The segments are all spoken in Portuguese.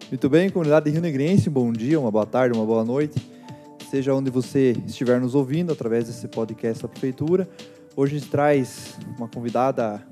Muito bem, comunidade rio-negrense, um bom dia, uma boa tarde, uma boa noite. Seja onde você estiver nos ouvindo, através desse podcast da Prefeitura. Hoje a gente traz uma convidada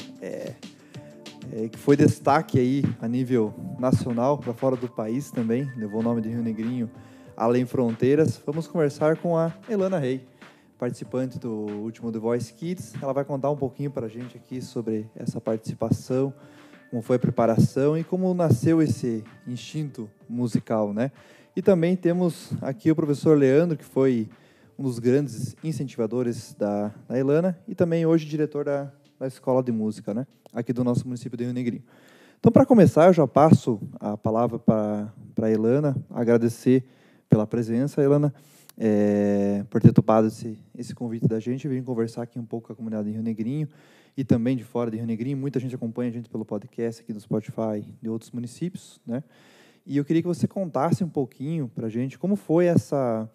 que foi destaque aí a nível nacional, para fora do país também, levou o nome de Rio Negrinho além fronteiras. Vamos conversar com a Elana Rey, participante do último The Voice Kids. Ela vai contar um pouquinho para a gente aqui sobre essa participação, como foi a preparação e como nasceu esse instinto musical, né? E também temos aqui o professor Leandro, que foi um dos grandes incentivadores da Elana e também hoje diretor da Escola de Música, né? Aqui do nosso município de Rio Negrinho. Então, para começar, eu já passo a palavra para a Elana, agradecer pela presença, Elana, por ter topado esse convite da gente, vir conversar aqui um pouco com a comunidade de Rio Negrinho e também de fora de Rio Negrinho. Muita gente acompanha a gente pelo podcast aqui do Spotify de outros municípios, né? E eu queria que você contasse um pouquinho para a gente como foi essa...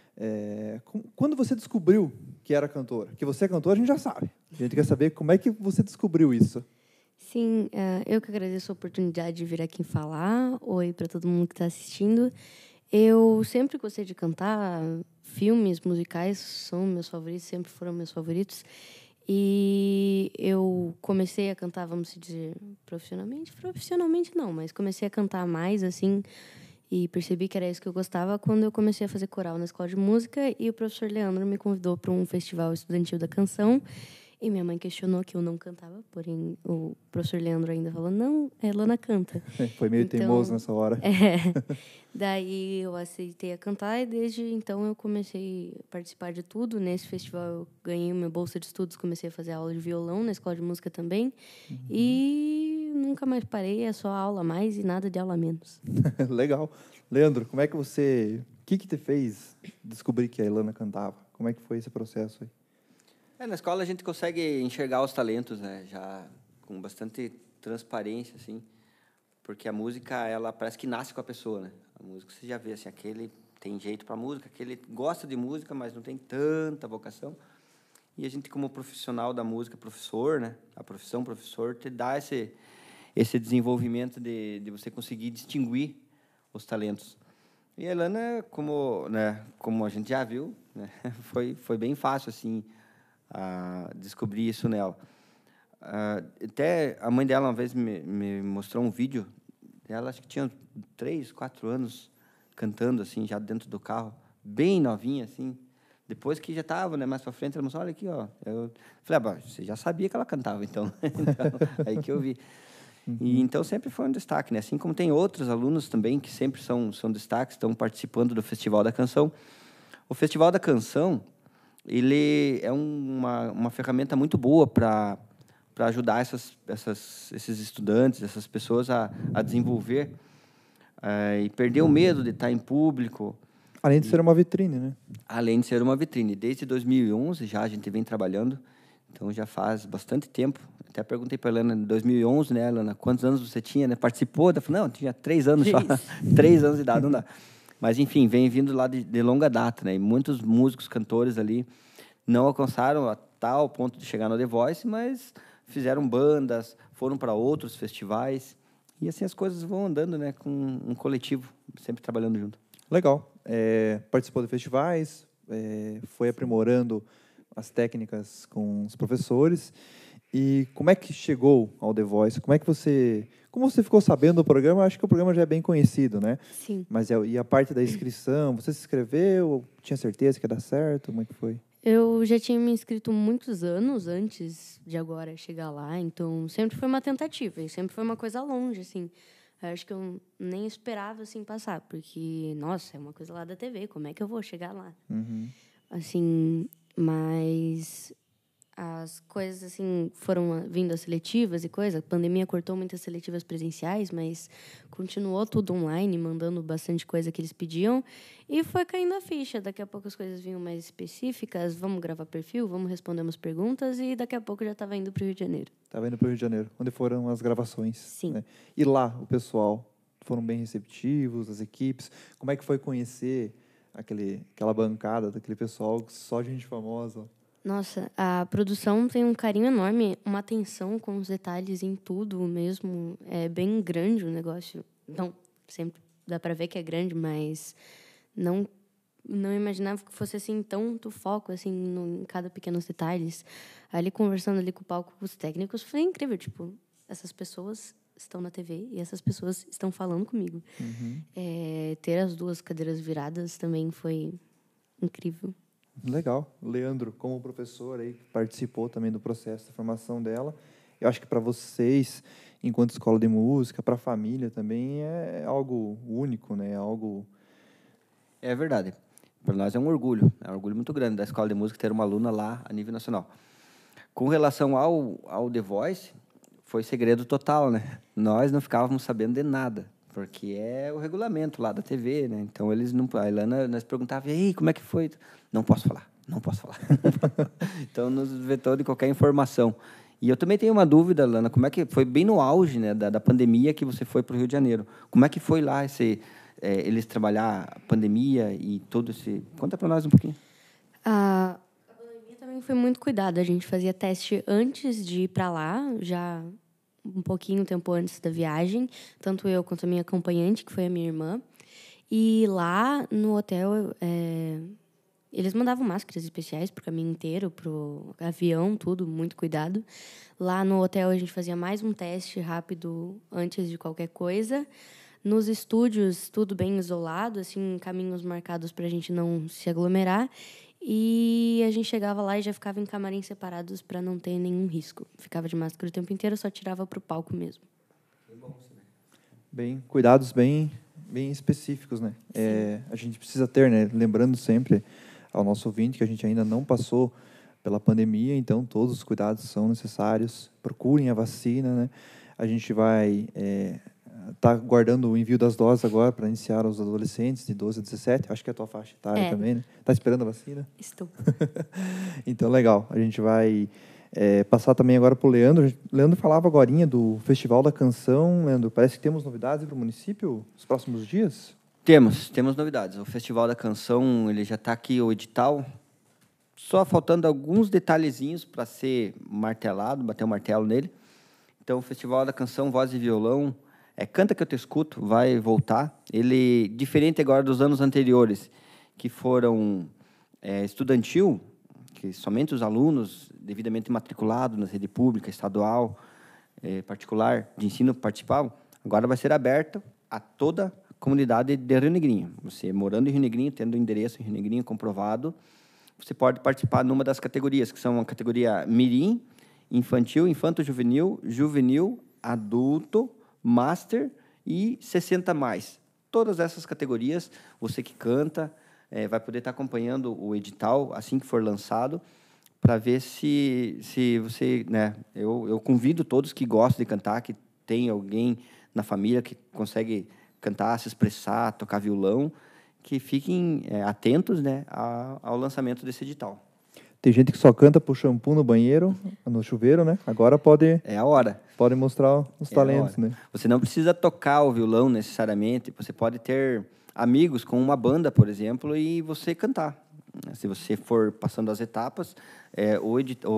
quando você descobriu que era cantora? Que você é cantora, a gente já sabe. A gente quer saber como é que você descobriu isso. Sim, eu que agradeço a oportunidade de vir aqui falar. Oi para todo mundo que está assistindo. Eu sempre gostei de cantar. Filmes musicais são meus favoritos, sempre foram meus favoritos. E eu comecei a cantar, vamos dizer, profissionalmente. Profissionalmente não, mas comecei a cantar mais, assim, e percebi que era isso que eu gostava quando eu comecei a fazer coral na escola de música e o professor Leandro me convidou para um festival estudantil da canção. E minha mãe questionou que eu não cantava, porém o professor Leandro ainda falou, não, a Elana canta. Foi meio teimoso nessa hora. Daí eu aceitei a cantar e desde então eu comecei a participar de tudo. Nesse festival eu ganhei minha bolsa de estudos, comecei a fazer aula de violão na escola de música também. Uhum. E nunca mais parei, é só aula a mais e nada de aula a menos. Legal. Leandro, como é que você... O que te fez descobrir que a Elana cantava? Como é que foi esse processo aí? Na escola a gente consegue enxergar os talentos, né? Já com bastante transparência, assim, porque a música, ela parece que nasce com a pessoa, né? A música você já vê, assim, aquele tem jeito para música, aquele gosta de música, mas não tem tanta vocação. E a gente, como profissional da música, professor, né? A profissão professor te dá esse desenvolvimento de você conseguir distinguir os talentos. E a Elana, como a gente já viu, né? Foi bem fácil, assim, a descobrir isso nela. Até a mãe dela uma vez me mostrou um vídeo dela, acho que tinha 3, 4 anos, cantando assim, já dentro do carro, bem novinha, assim. Depois que já estava, né, mais para frente, ela mostrou, olha aqui, ó. Eu falei, você já sabia que ela cantava, então. Então aí que eu vi. E então sempre foi um destaque, né? Assim como tem outros alunos também que sempre são destaques, estão participando do Festival da Canção. O Festival da Canção, ele é uma ferramenta muito boa para ajudar esses estudantes, essas pessoas a desenvolver e perder o medo de estar em público. Além de ser uma vitrine, né? Além de ser uma vitrine. Desde 2011 já a gente vem trabalhando, então já faz bastante tempo. Até perguntei para a Elana, em 2011, né, Elana, quantos anos você tinha, né? Participou? Ela falou, não, tinha 3 anos só. 3 anos de idade, não dá. Mas, enfim, vem vindo lá de longa data, né? E muitos músicos, cantores ali não alcançaram a tal ponto de chegar no The Voice, mas fizeram bandas, foram para outros festivais. E assim as coisas vão andando, né? Com um coletivo, sempre trabalhando junto. Legal. Participou de festivais, foi aprimorando as técnicas com os professores. E como é que chegou ao The Voice? Como você ficou sabendo do programa? Acho que o programa já é bem conhecido, né? Sim. Mas e a parte da inscrição? Você se inscreveu? Tinha certeza que ia dar certo? Como é que foi? Eu já tinha me inscrito muitos anos antes de agora chegar lá, então sempre foi uma tentativa e sempre foi uma coisa longe, assim. Eu acho que eu nem esperava, assim, passar, porque, nossa, é uma coisa lá da TV, como é que eu vou chegar lá? Uhum. Assim, mas as coisas, assim, foram vindo as seletivas e coisa. A pandemia cortou muitas seletivas presenciais, mas continuou tudo online, mandando bastante coisa que eles pediam. E foi caindo a ficha. Daqui a pouco as coisas vinham mais específicas. Vamos gravar perfil, vamos responder umas perguntas. E daqui a pouco já estava indo para o Rio de Janeiro. Estava indo para o Rio de Janeiro, onde foram as gravações. Sim. Né? E lá, o pessoal foram bem receptivos, as equipes. Como é que foi conhecer aquela bancada daquele pessoal, só gente famosa? Nossa, a produção tem um carinho enorme, uma atenção com os detalhes em tudo mesmo. É bem grande o negócio. Então, sempre dá para ver que é grande, mas não imaginava que fosse assim tanto foco assim em cada pequenos detalhes. Ali conversando ali com o palco, com os técnicos, foi incrível, tipo, essas pessoas estão na TV e essas pessoas estão falando comigo. Ter as 2 cadeiras viradas também foi incrível. Legal. Leandro, como professor aí, participou também do processo da formação dela. Eu acho que para vocês, enquanto escola de música, para a família também é algo único, né? Algo... É verdade. Para nós é um orgulho muito grande da escola de música ter uma aluna lá a nível nacional. Com relação ao The Voice, foi segredo total, né? Nós não ficávamos sabendo de nada, porque é o regulamento lá da TV, né? Então, eles não... A Ilana, nós perguntava, e aí, como é que foi? Não posso falar. Então, nos vetou de qualquer informação. E eu também tenho uma dúvida, Ilana, como é que foi bem no auge, né, da pandemia que você foi para o Rio de Janeiro? Como é que foi lá eles trabalhar a pandemia e todo esse... Conta para nós um pouquinho. A pandemia também foi muito cuidado. A gente fazia teste antes de ir para lá, já um pouquinho tempo antes da viagem. Tanto eu quanto a minha acompanhante, que foi a minha irmã. E lá no hotel, eles mandavam máscaras especiais para o caminho inteiro, para o avião, tudo, muito cuidado. Lá no hotel a gente fazia mais um teste rápido antes de qualquer coisa. Nos estúdios, tudo bem isolado, assim, caminhos marcados para a gente não se aglomerar. E a gente chegava lá e já ficava em camarins separados para não ter nenhum risco. Ficava de máscara o tempo inteiro, só tirava para o palco mesmo. Bem, cuidados bem específicos, né? A gente precisa ter, né? Lembrando sempre ao nosso ouvinte que a gente ainda não passou pela pandemia, então todos os cuidados são necessários. Procurem a vacina, né? A gente vai tá guardando o envio das doses agora para iniciar os adolescentes de 12 a 17. Acho que é a tua faixa etária também, né? Tá esperando a vacina? Estou. Então, legal. A gente vai passar também agora para o Leandro. Leandro falava agorinha do Festival da Canção. Leandro, parece que temos novidades para o município nos próximos dias? Temos novidades. O Festival da Canção, ele já está aqui, o edital. Só faltando alguns detalhezinhos para ser martelado, bater o martelo nele. Então, o Festival da Canção, Voz e Violão, Canta Que Eu Te Escuto, vai voltar. Ele, diferente agora dos anos anteriores, que foram estudantil, que somente os alunos devidamente matriculados na rede pública, estadual, particular, de ensino participavam, agora vai ser aberto a toda a comunidade de Rio Negrinho. Você, morando em Rio Negrinho, tendo o endereço em Rio Negrinho comprovado, você pode participar numa das categorias, que são a categoria Mirim, Infantil, Infanto-Juvenil, Juvenil, Adulto, Master e 60+. Todas essas categorias, você que canta, vai poder estar acompanhando o edital assim que for lançado, para ver se você... né, eu convido todos que gostam de cantar, que tem alguém na família que consegue cantar, se expressar, tocar violão, que fiquem atentos, né, ao lançamento desse edital. Tem gente que só canta pro shampoo no banheiro, no chuveiro, né? Agora pode... É a hora. Pode mostrar os talentos, né? Você não precisa tocar o violão necessariamente. Você pode ter amigos com uma banda, por exemplo, e você cantar. Se você for passando as etapas, o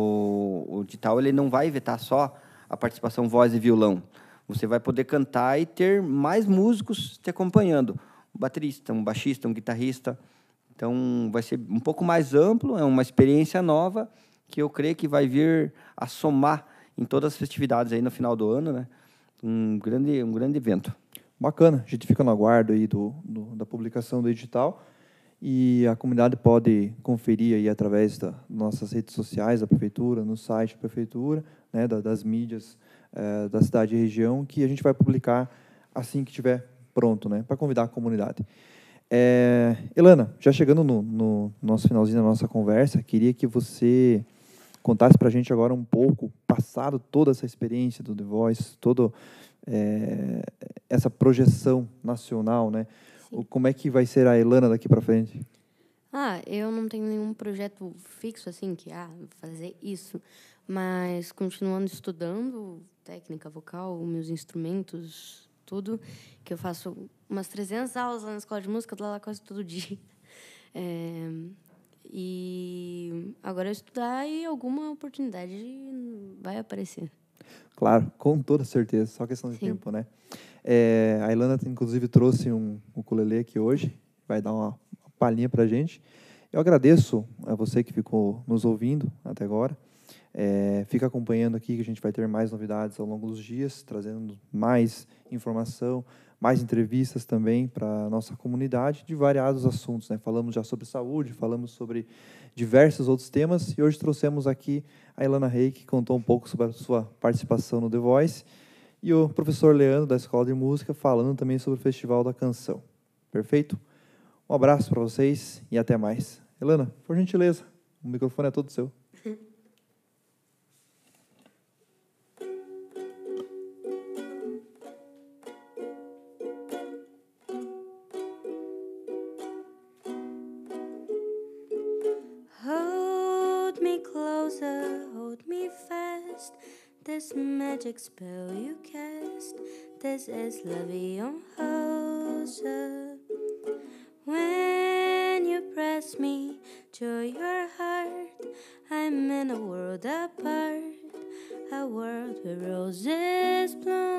edital ele não vai vetar só a participação voz e violão. Você vai poder cantar e ter mais músicos te acompanhando. Um baterista, um baixista, um guitarrista. Então, vai ser um pouco mais amplo, é uma experiência nova que eu creio que vai vir a somar em todas as festividades aí no final do ano, né? Um grande evento. Bacana, a gente fica no aguardo aí da publicação do edital e a comunidade pode conferir aí através das nossas redes sociais da prefeitura, no site da prefeitura, né, das mídias da cidade e região, que a gente vai publicar assim que estiver pronto, né, para convidar a comunidade. Ilana, já chegando no nosso finalzinho da nossa conversa, queria que você contasse para a gente agora um pouco, passado toda essa experiência do The Voice, toda essa projeção nacional, né? Como é que vai ser a Ilana daqui para frente? Eu não tenho nenhum projeto fixo, assim, que, vou fazer isso. Mas continuando estudando técnica vocal, meus instrumentos, tudo, que eu faço umas 300 aulas lá na escola de música, lá quase todo dia. E agora eu estudar e alguma oportunidade vai aparecer. Claro, com toda certeza, só questão de tempo, né? A Ilana, inclusive, trouxe um ukulele aqui hoje, vai dar uma palhinha para a gente. Eu agradeço a você que ficou nos ouvindo até agora. Fica acompanhando aqui que a gente vai ter mais novidades ao longo dos dias, trazendo mais informação, mais entrevistas também para a nossa comunidade de variados assuntos, né? Falamos já sobre saúde, falamos sobre diversos outros temas e hoje trouxemos aqui a Ilana Rey, que contou um pouco sobre a sua participação no The Voice, e o professor Leandro, da Escola de Música, falando também sobre o Festival da Canção. Perfeito? Um abraço para vocês e até mais. Ilana, por gentileza, o microfone é todo seu. Hold me closer, hold me fast. This magic spell you cast, this is Leviosa. When you press me to your heart, I'm in a world apart, a world where roses bloom.